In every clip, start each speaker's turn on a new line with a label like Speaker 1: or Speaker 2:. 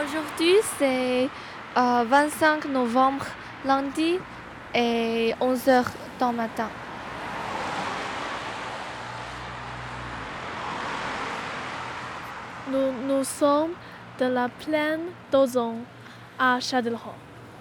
Speaker 1: Aujourd'hui, c'est 25 novembre, lundi, et 11 heures du matin. Nous sommes de la plaine d'Ozon à Châtellerault.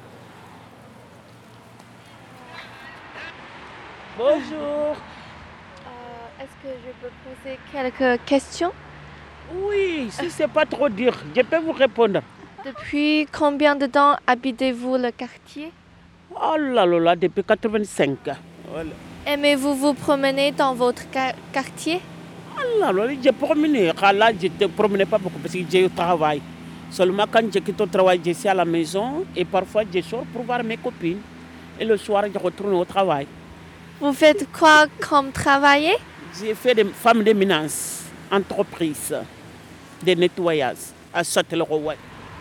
Speaker 2: Bonjour.
Speaker 1: Est-ce que je peux poser quelques questions?
Speaker 2: Oui, si c'est pas trop dur, je peux vous répondre.
Speaker 1: Depuis combien de temps habitez-vous le quartier?
Speaker 2: Oh là là là, depuis 85. Voilà.
Speaker 1: Aimez-vous vous promener dans votre quartier?
Speaker 2: Oh là là, j'ai promené. Là, je ne promenais pas beaucoup parce que j'ai travail. Seulement quand je quitte au travail, je suis à la maison et parfois je sors pour voir mes copines. Et le soir, je retourne au travail.
Speaker 1: Vous faites quoi comme travailler?
Speaker 2: J'ai fait des femmes de ménage, entreprise, de nettoyage à Châtellerault.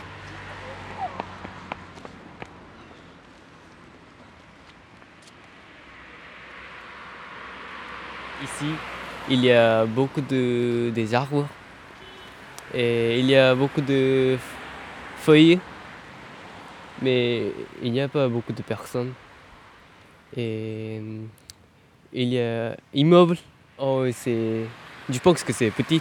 Speaker 3: Ici, il y a beaucoup des arbres et il y a beaucoup de feuilles, mais il n'y a pas beaucoup de personnes. Et il y a immeuble. Oh, je pense que c'est petit.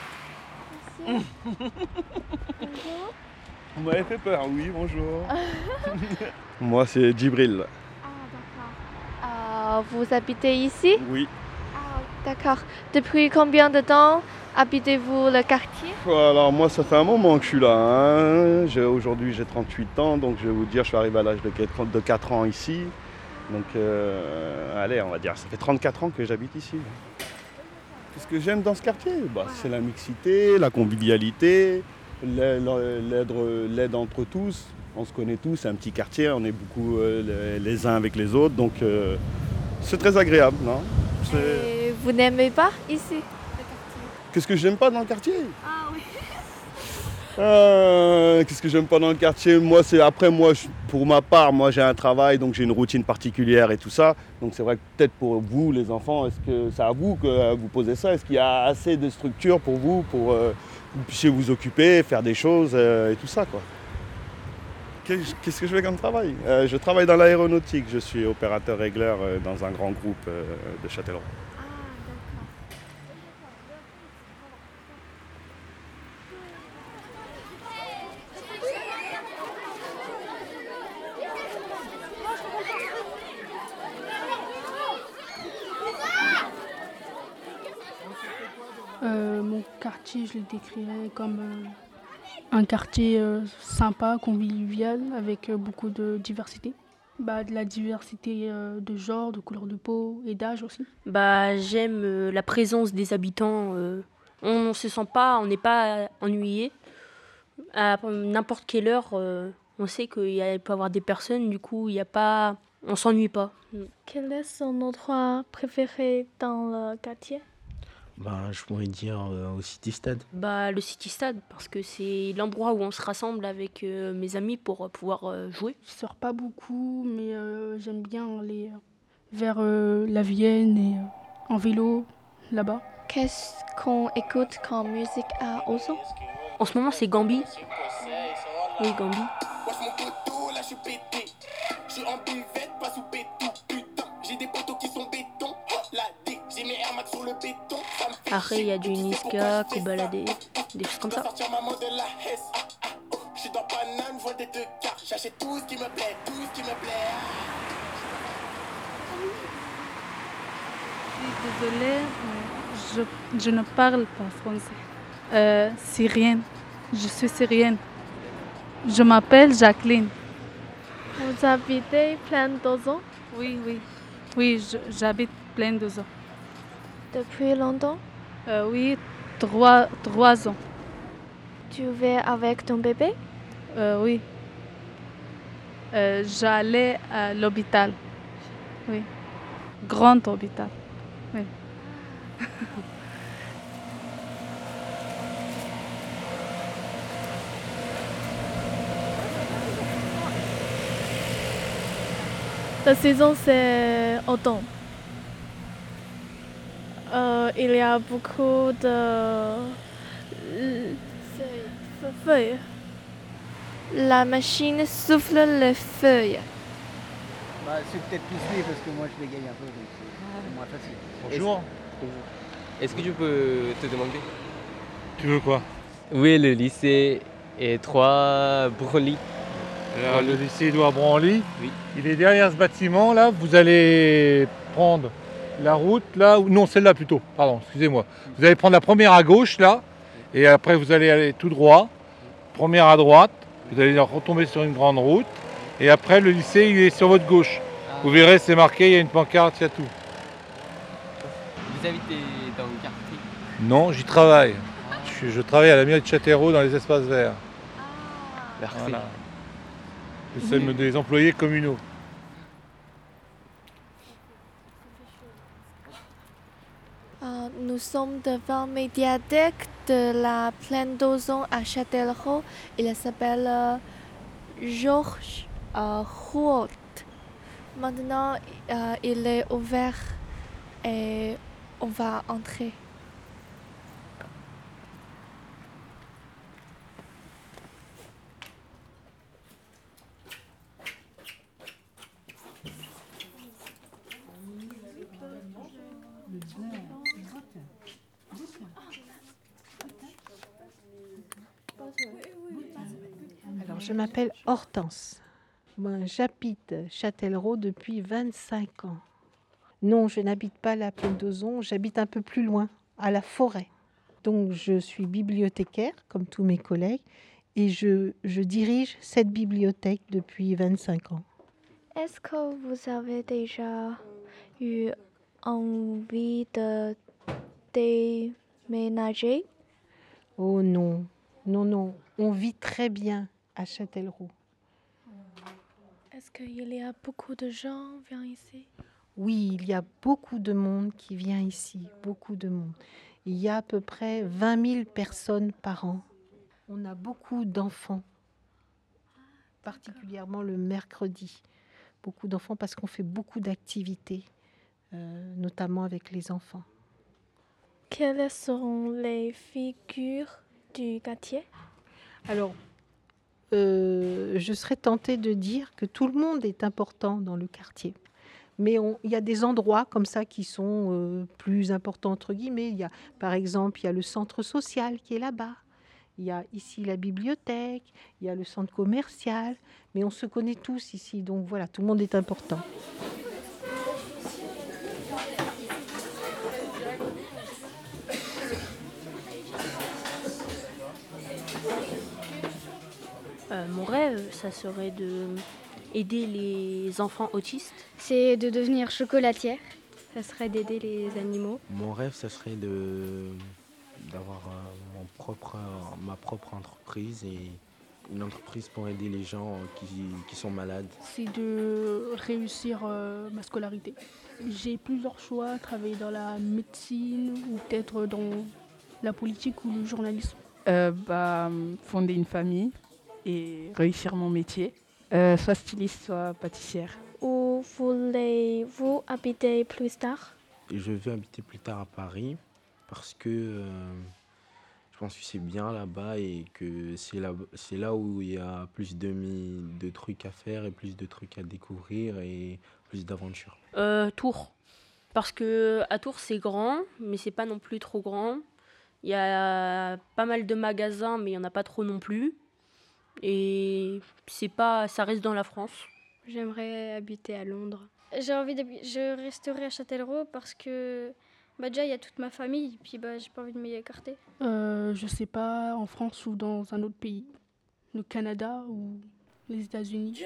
Speaker 4: Vous m'avez fait peur, oui, bonjour. Moi, c'est Djibril.
Speaker 1: D'accord. Vous habitez ici?
Speaker 4: Oui.
Speaker 1: D'accord. Depuis combien de temps habitez-vous le quartier?
Speaker 4: Alors, moi, ça fait un moment que je suis là. Hein. Aujourd'hui, j'ai 38 ans, donc je vais vous dire, je suis arrivé à l'âge de 4 ans ici. Donc, allez, on va dire, ça fait 34 ans que j'habite ici. Qu'est-ce que j'aime dans ce quartier? C'est la mixité, la convivialité, l'aide entre tous. On se connaît tous, c'est un petit quartier, on est beaucoup les uns avec les autres, donc c'est très agréable. Non?
Speaker 1: Et vous n'aimez pas ici?
Speaker 4: Qu'est-ce que j'aime pas dans le quartier?
Speaker 1: Ah oui.
Speaker 4: Qu'est-ce que j'aime pas dans le quartier? Moi, pour ma part, moi j'ai un travail, donc j'ai une routine particulière et tout ça. Donc c'est vrai que peut-être pour vous, les enfants, est-ce que c'est à vous que vous posez ça? Est-ce qu'il y a assez de structure pour vous, pour que vous puissiez vous occuper, faire des choses et tout ça, quoi? Qu'est-ce que je fais comme travail? Je travaille dans l'aéronautique, je suis opérateur régleur dans un grand groupe de Châtellerault.
Speaker 5: Mon quartier, je le décrirais comme un quartier sympa, convivial, avec beaucoup de diversité. De la diversité de genre, de couleur de peau et d'âge aussi.
Speaker 6: J'aime la présence des habitants. On ne se sent pas, on n'est pas ennuyé. À n'importe quelle heure, on sait qu'il peut y avoir des personnes, du coup, on s'ennuie pas.
Speaker 1: Quel est son endroit préféré dans le quartier?
Speaker 7: Je pourrais dire au City Stade.
Speaker 6: Le City Stade, parce que c'est l'endroit où on se rassemble avec mes amis pour pouvoir jouer.
Speaker 5: Je sors pas beaucoup, mais j'aime bien aller vers la Vienne et en vélo, là-bas.
Speaker 1: Qu'est-ce qu'on écoute comme musique à Ozon?
Speaker 6: En ce moment, c'est Gambi. Oui, Gambi. Après, il y a du Niska, Kobalade, des choses comme ça.
Speaker 8: Désolée, je ne parle pas français. Syrienne. Je suis syrienne. Je m'appelle Jacqueline.
Speaker 1: Vous habitez plein d'Ozon?
Speaker 8: Oui, oui. Oui, j'habite plein de ans.
Speaker 1: Depuis longtemps?
Speaker 8: Oui, 3 ans.
Speaker 1: Tu vis avec ton bébé?
Speaker 8: Oui. J'allais à l'hôpital. Oui. Grand hôpital. Oui.
Speaker 1: La saison, c'est automne. Il y a beaucoup de feuilles. la machine souffle les feuilles.
Speaker 9: C'est peut-être plus lui parce que moi je les gagne un peu, donc c'est moins facile.
Speaker 10: Bonjour.
Speaker 3: Est-ce que je peux te demander?
Speaker 10: Tu veux quoi?
Speaker 3: Oui, le lycée et 3 Branly.
Speaker 10: Alors, le lycée Édouard Branly,
Speaker 3: Oui.
Speaker 10: il est derrière ce bâtiment là. Vous allez prendre la route là, ou non celle-là plutôt, pardon, excusez-moi. Vous allez prendre la première à gauche là, et après vous allez aller tout droit. Première à droite, vous allez retomber sur une grande route. Et après le lycée il est sur votre gauche. Vous verrez c'est marqué, il y a une pancarte, il y a tout.
Speaker 3: Vous habitez dans le quartier?
Speaker 10: Non, j'y travaille. Je travaille à la mairie de Châtellerault dans les espaces verts.
Speaker 3: Merci.
Speaker 10: Voilà. Nous sommes des employés communaux.
Speaker 1: Nous sommes devant la médiathèque de la plaine d'Ozon à Châtellerault. Il s'appelle Georges Rouault. Maintenant, il est ouvert et on va entrer.
Speaker 11: Alors, je m'appelle Hortense. Moi, j'habite Châtellerault depuis 25 ans. Non, je n'habite pas la plaine d'Ozon, j'habite un peu plus loin, à la forêt. Donc, je suis bibliothécaire, comme tous mes collègues, et je dirige cette bibliothèque depuis 25 ans.
Speaker 1: Est-ce que vous avez déjà eu envie de déménager?
Speaker 11: Oh non, non, on vit très bien à Châtellerault.
Speaker 1: Est-ce qu'il y a beaucoup de gens qui viennent ici?
Speaker 11: Oui, il y a beaucoup de monde qui vient ici, beaucoup de monde. Il y a à peu près 20 000 personnes par an. On a beaucoup d'enfants, particulièrement le mercredi. Beaucoup d'enfants parce qu'on fait beaucoup d'activités, notamment avec les enfants.
Speaker 1: Quelles seront les figures du quartier?
Speaker 11: Alors, je serais tentée de dire que tout le monde est important dans le quartier. Mais il y a des endroits comme ça qui sont plus importants, entre guillemets. Par exemple, il y a le centre social qui est là-bas. Il y a ici la bibliothèque, il y a le centre commercial. Mais on se connaît tous ici, donc voilà, tout le monde est important.
Speaker 6: Mon rêve, ça serait d'aider les enfants autistes.
Speaker 12: C'est de devenir chocolatière. Ça serait d'aider les animaux.
Speaker 7: Mon rêve, ça serait d'avoir ma propre entreprise et une entreprise pour aider les gens qui sont malades.
Speaker 5: C'est de réussir ma scolarité. J'ai plusieurs choix, travailler dans la médecine ou peut-être dans la politique ou le journalisme.
Speaker 8: Fonder une famille et réussir mon métier, soit styliste, soit pâtissière.
Speaker 1: Où voulez-vous habiter plus tard?
Speaker 7: Et je veux habiter plus tard à Paris parce que je pense que c'est bien là-bas et que c'est là où il y a plus de trucs à faire et plus de trucs à découvrir et plus d'aventures.
Speaker 6: Tours. Parce que à Tours, c'est grand, mais c'est pas non plus trop grand. Il y a pas mal de magasins, mais il n'y en a pas trop non plus. Et ça reste dans la France.
Speaker 12: J'aimerais habiter à Londres. Je resterai à Châtellerault parce que déjà il y a toute ma famille, puis j'ai pas envie de m'y écarter.
Speaker 5: Je sais pas, en France ou dans un autre pays. Le Canada ou les États-Unis.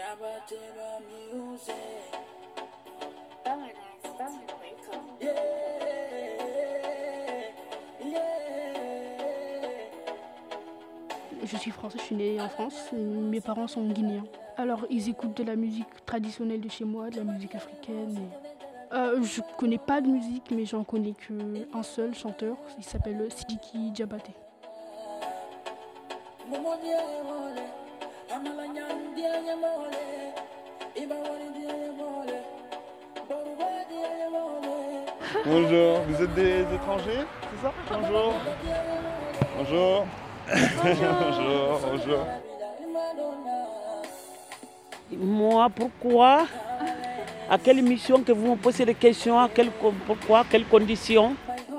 Speaker 5: Je suis français, je suis née en France. Mes parents sont guinéens. Alors, ils écoutent de la musique traditionnelle de chez moi, de la musique africaine. Je connais pas de musique, mais j'en connais qu'un seul chanteur. Il s'appelle Sidiki Diabaté.
Speaker 4: Bonjour, vous êtes des étrangers, c'est ça? Bonjour. Bonjour. Bonjour, bonjour.
Speaker 2: Moi, pourquoi? À quelle mission que vous me posez des questions? Pourquoi? Quelles conditions?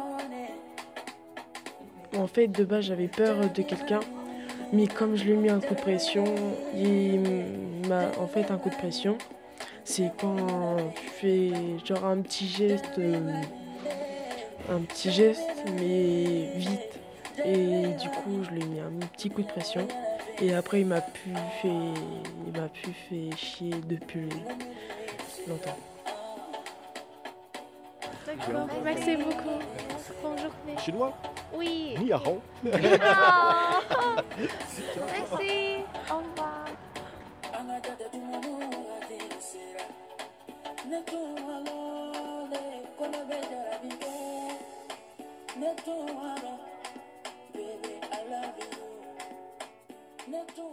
Speaker 13: En fait, de base, j'avais peur de quelqu'un. Mais comme je lui ai mis un coup de pression, il m'a en fait un coup de pression. C'est quand tu fais genre un petit geste mais vite. Et du coup, je lui ai mis un petit coup de pression. Et après, il m'a plus fait chier depuis longtemps.
Speaker 1: D'accord, merci beaucoup. Bonne journée.
Speaker 14: Chinois?
Speaker 1: Oui.
Speaker 14: Ni hao.
Speaker 1: Merci. Au revoir.
Speaker 15: Baby, I love you.